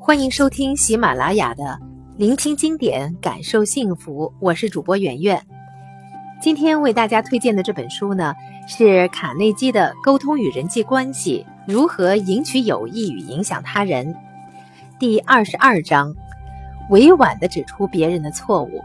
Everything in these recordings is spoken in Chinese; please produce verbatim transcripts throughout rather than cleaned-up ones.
欢迎收听喜马拉雅的聆听经典感受幸福，我是主播圆圆。今天为大家推荐的这本书呢，是卡内基的《沟通与人际关系：如何赢取友谊与影响他人》第二十二章，委婉地指出别人的错误。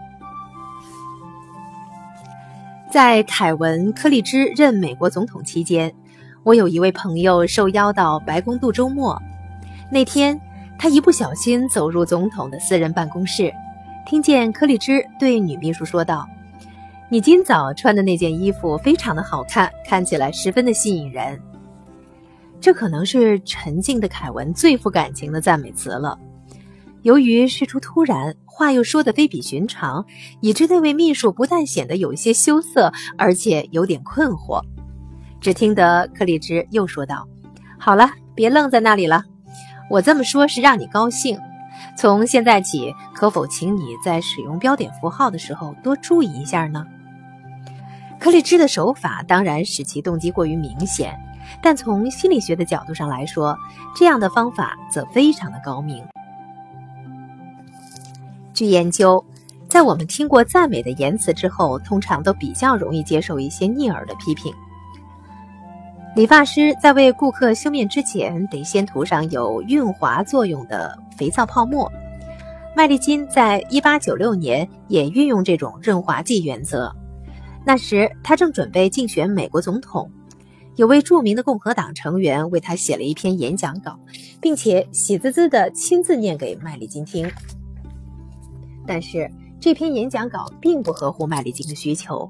在凯文·柯立芝任美国总统期间，我有一位朋友受邀到白宫度周末。那天他一不小心走入总统的私人办公室，听见柯立芝对女秘书说道：你今早穿的那件衣服非常的好看，看起来十分的吸引人。这可能是沉静的凯文最富感情的赞美词了。由于事出突然，话又说得非比寻常，以致那位秘书不但显得有一些羞涩，而且有点困惑。只听得柯立芝又说道：好了，别愣在那里了，我这么说是让你高兴。从现在起，可否请你在使用标点符号的时候多注意一下呢？柯立芝的手法当然使其动机过于明显，但从心理学的角度上来说，这样的方法则非常的高明。据研究，在我们听过赞美的言辞之后，通常都比较容易接受一些逆耳的批评。理发师在为顾客修面之前，得先涂上有润滑作用的肥皂泡沫。麦利金在一八九六年也运用这种润滑剂原则。那时他正准备竞选美国总统，有位著名的共和党成员为他写了一篇演讲稿，并且喜滋滋地亲自念给麦利金听。但是这篇演讲稿并不合乎麦利金的需求。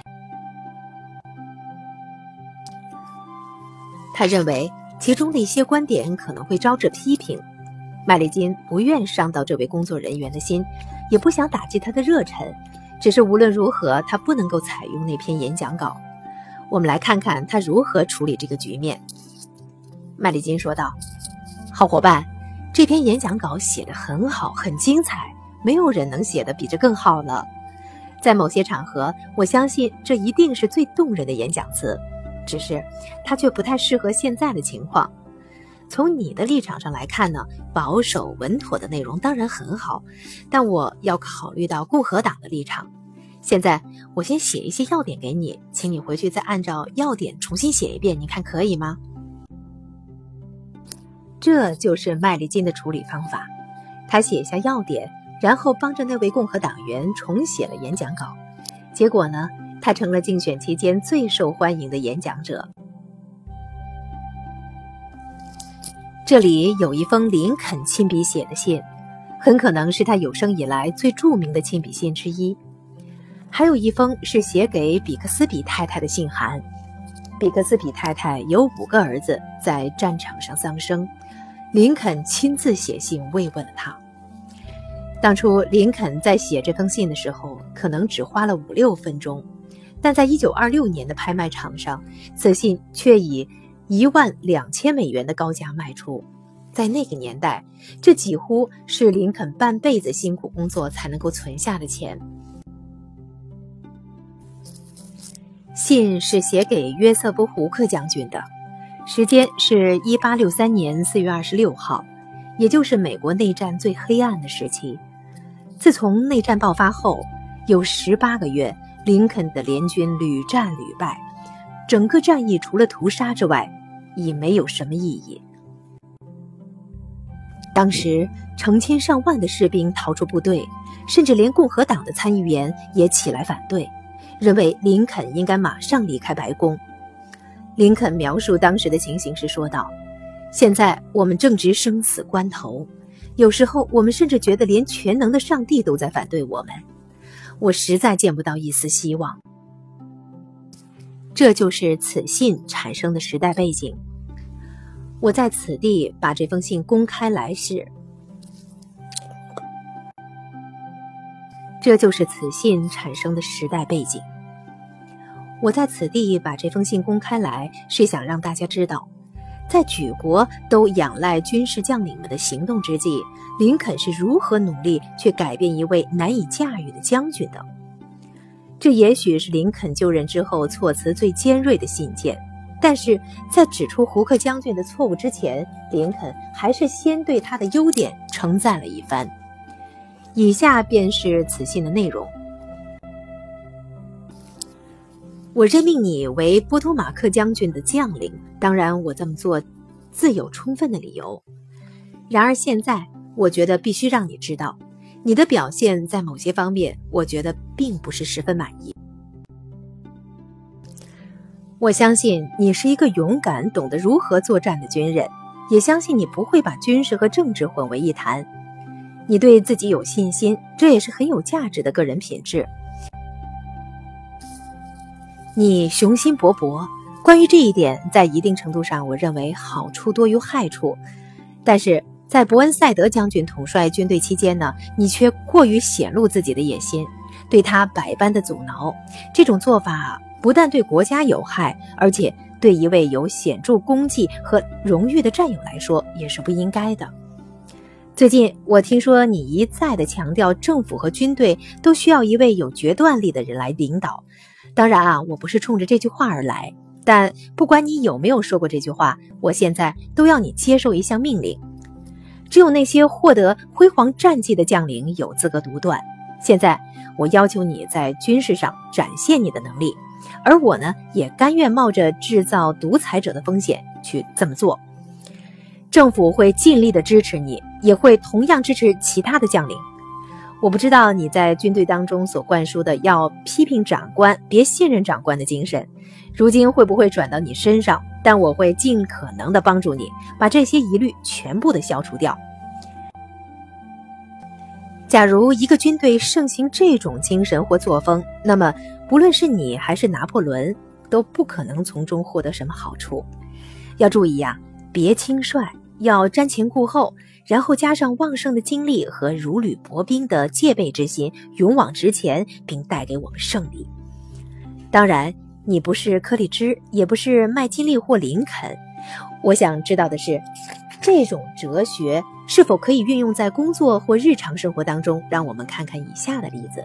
他认为其中的一些观点可能会招致批评。麦利金不愿伤到这位工作人员的心，也不想打击他的热忱，只是无论如何他不能够采用那篇演讲稿。我们来看看他如何处理这个局面。麦利金说道：好伙伴，这篇演讲稿写得很好，很精彩，没有人能写得比这更好了。在某些场合，我相信这一定是最动人的演讲词，只是它却不太适合现在的情况。从你的立场上来看呢，保守稳妥的内容当然很好，但我要考虑到共和党的立场。现在我先写一些要点给你，请你回去再按照要点重新写一遍，你看可以吗？这就是麦利金的处理方法。他写下要点，然后帮着那位共和党员重写了演讲稿。结果呢，他成了竞选期间最受欢迎的演讲者。这里有一封林肯亲笔写的信，很可能是他有生以来最著名的亲笔信之一。还有一封是写给比克斯比太太的信函。比克斯比太太有五个儿子在战场上丧生，林肯亲自写信慰问了他。当初林肯在写这封信的时候，可能只花了五六分钟，但在一九二六年的拍卖场上，此信却以一万两千美元的高价卖出。在那个年代，这几乎是林肯半辈子辛苦工作才能够存下的钱。信是写给约瑟夫·胡克将军的，时间是一八六三年四月二十六号，也就是美国内战最黑暗的时期。自从内战爆发后，有十八个月，林肯的联军屡战屡败，整个战役除了屠杀之外，已没有什么意义。当时成千上万的士兵逃出部队，甚至连共和党的参议员也起来反对，认为林肯应该马上离开白宫。林肯描述当时的情形时说道：现在我们正值生死关头，有时候我们甚至觉得连全能的上帝都在反对我们，我实在见不到一丝希望。这就是此信产生的时代背景。我在此地把这封信公开来是这就是此信产生的时代背景。我在此地把这封信公开来，是想让大家知道，在举国都仰赖军事将领们的行动之际，林肯是如何努力去改变一位难以驾驭的将军的。这也许是林肯就任之后措辞最尖锐的信件。 但是在指出胡克将军的错误之前，林肯还是先对他的优点称赞了一番。以下便是此信的内容：我任命你为波托马克将军的将领，当然我这么做自有充分的理由。然而现在我觉得必须让你知道，你的表现在某些方面我觉得并不是十分满意。我相信你是一个勇敢懂得如何作战的军人，也相信你不会把军事和政治混为一谈。你对自己有信心，这也是很有价值的个人品质。你雄心勃勃，关于这一点，在一定程度上我认为好处多于害处。但是在伯恩赛德将军统帅军队期间呢，你却过于显露自己的野心，对他百般的阻挠。这种做法不但对国家有害，而且对一位有显著功绩和荣誉的战友来说也是不应该的。最近我听说你一再地强调政府和军队都需要一位有决断力的人来领导。当然啊，我不是冲着这句话而来，但不管你有没有说过这句话，我现在都要你接受一项命令。只有那些获得辉煌战绩的将领有资格独断。现在我要求你在军事上展现你的能力，而我呢，也甘愿冒着制造独裁者的风险去这么做。政府会尽力的支持你，也会同样支持其他的将领。我不知道你在军队当中所灌输的要批评长官，别信任长官的精神，如今会不会转到你身上，但我会尽可能的帮助你，把这些疑虑全部的消除掉。假如一个军队盛行这种精神或作风，那么不论是你还是拿破仑，都不可能从中获得什么好处。要注意呀、啊，别轻率，要瞻前顾后，然后加上旺盛的精力和如履薄冰的戒备之心，勇往直前，并带给我们胜利。当然，你不是柯立芝，也不是麦金利或林肯。我想知道的是，这种哲学是否可以运用在工作或日常生活当中？让我们看看以下的例子。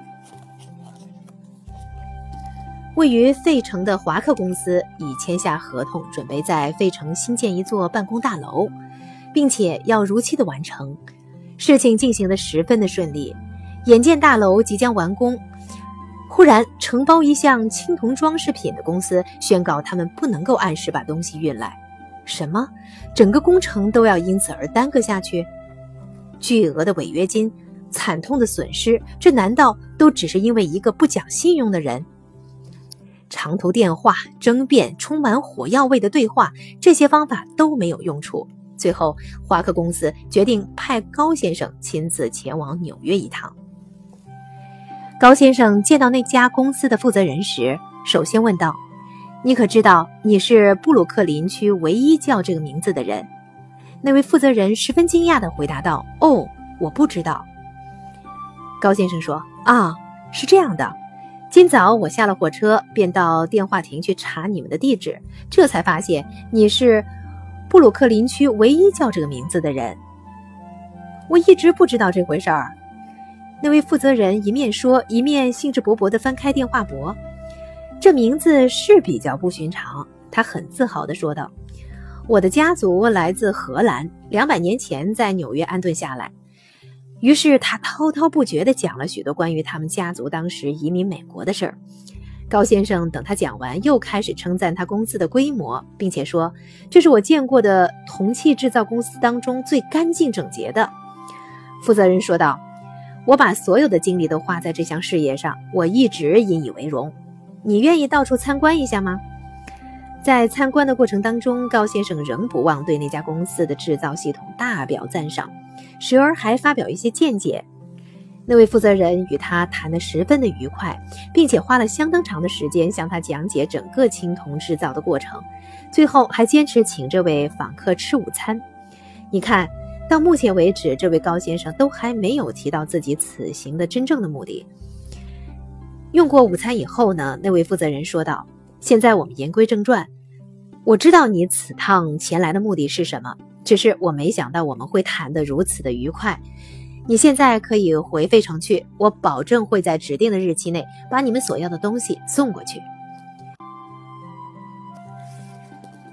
位于费城的华克公司已签下合同，准备在费城新建一座办公大楼，并且要如期的完成。事情进行得十分的顺利，眼见大楼即将完工，忽然承包一项青铜装饰品的公司宣告他们不能够按时把东西运来。什么？整个工程都要因此而耽搁下去？巨额的违约金，惨痛的损失，这难道都只是因为一个不讲信用的人？长途电话、争辩、充满火药味的对话，这些方法都没有用处。最后，华克公司决定派高先生亲自前往纽约一趟。高先生见到那家公司的负责人时，首先问道：“你可知道你是布鲁克林区唯一叫这个名字的人？”那位负责人十分惊讶地回答道：“哦，我不知道。”高先生说：“啊，是这样的。今早我下了火车，便到电话亭去查你们的地址，这才发现你是布鲁克林区唯一叫这个名字的人。我一直不知道这回事儿。”那位负责人一面说，一面兴致勃勃地翻开电话簿。这名字是比较不寻常，他很自豪地说道：“我的家族来自荷兰，两百年前在纽约安顿下来。”于是他滔滔不绝地讲了许多关于他们家族当时移民美国的事儿。高先生等他讲完，又开始称赞他公司的规模，并且说：“这是我见过的铜器制造公司当中最干净整洁的。”负责人说道：“我把所有的精力都花在这项事业上，我一直引以为荣。你愿意到处参观一下吗？”在参观的过程当中，高先生仍不忘对那家公司的制造系统大表赞赏，时而还发表一些见解。那位负责人与他谈得十分的愉快，并且花了相当长的时间向他讲解整个青铜制造的过程，最后还坚持请这位访客吃午餐。你看，到目前为止，这位高先生都还没有提到自己此行的真正的目的。用过午餐以后呢，那位负责人说道：“现在我们言归正传，我知道你此趟前来的目的是什么，只是我没想到我们会谈得如此的愉快。你现在可以回费城去，我保证会在指定的日期内把你们所要的东西送过去。”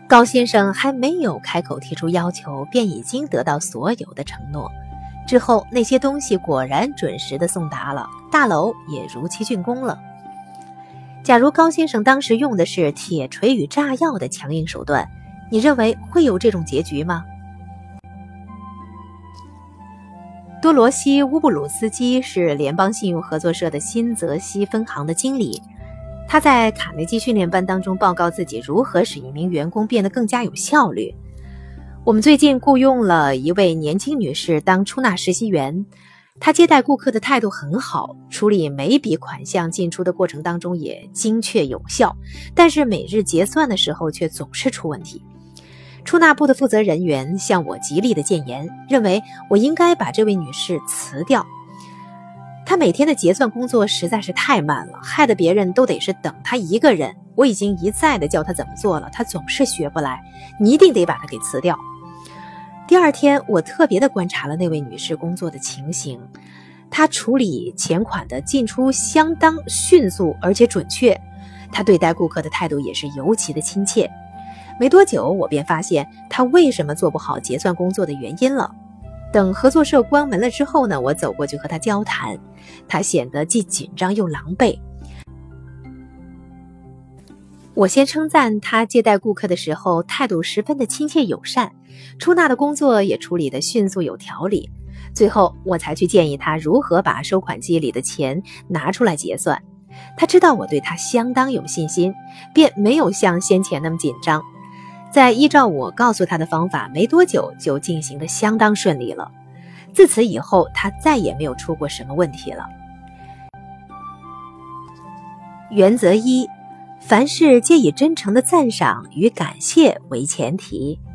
高先生还没有开口提出要求，便已经得到所有的承诺。之后那些东西果然准时的送达了，大楼也如期竣工了。假如高先生当时用的是铁锤与炸药的强硬手段，你认为会有这种结局吗？多罗西·乌布鲁斯基是联邦信用合作社的新泽西分行的经理，他在卡内基训练班当中报告自己如何使一名员工变得更加有效率。我们最近雇佣了一位年轻女士当出纳实习员，她接待顾客的态度很好，处理每笔款项进出的过程当中也精确有效，但是每日结算的时候却总是出问题。出纳部的负责人员向我极力的谏言，认为我应该把这位女士辞掉。她每天的结算工作实在是太慢了，害得别人都得是等她一个人。我已经一再的教她怎么做了，她总是学不来，你一定得把她给辞掉。第二天，我特别的观察了那位女士工作的情形，她处理钱款的进出相当迅速而且准确，她对待顾客的态度也是尤其的亲切。没多久，我便发现她为什么做不好结算工作的原因了。等合作社关门了之后呢，我走过去和她交谈，她显得既紧张又狼狈。我先称赞她接待顾客的时候态度十分的亲切友善，出纳的工作也处理得迅速有条理。最后我才去建议她如何把收款机里的钱拿出来结算。她知道我对她相当有信心，便没有像先前那么紧张。在依照我告诉她的方法，没多久就进行得相当顺利了。自此以后，她再也没有出过什么问题了。原则一，凡事皆以真诚的赞赏与感谢为前提。